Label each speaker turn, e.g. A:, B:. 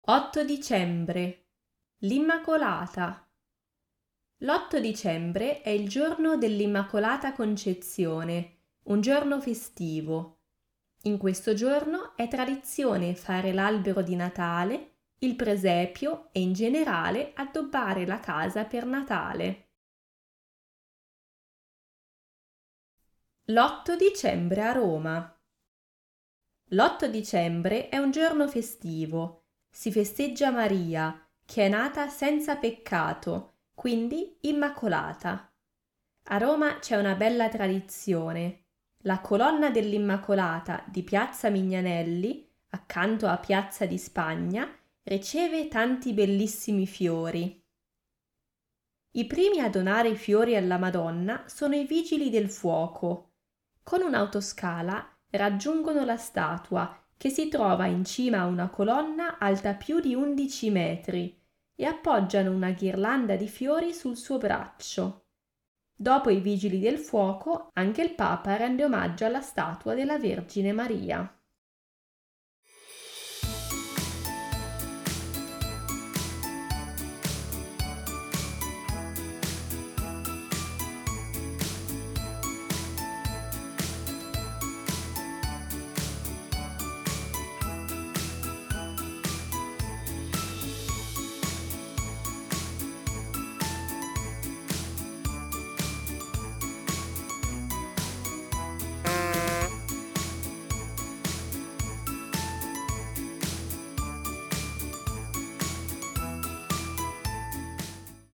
A: 8 dicembre. L'Immacolata. L'8 dicembre è il giorno dell'Immacolata Concezione, un giorno festivo. In questo giorno è tradizione fare l'albero di Natale, il presepio e in generale addobbare la casa per Natale. L'8 dicembre a Roma. L'8 dicembre è un giorno festivo. Si festeggia Maria, che è nata senza peccato, quindi immacolata. A Roma c'è una bella tradizione. La colonna dell'Immacolata di Piazza Mignanelli, accanto a Piazza di Spagna, riceve tanti bellissimi fiori. I primi a donare i fiori alla Madonna sono i Vigili del Fuoco. Con un'autoscala raggiungono la statua, che si trova in cima a una colonna alta più di 11 metri, e appoggiano una ghirlanda di fiori sul suo braccio. Dopo i Vigili del Fuoco, anche il Papa rende omaggio alla statua della Vergine Maria.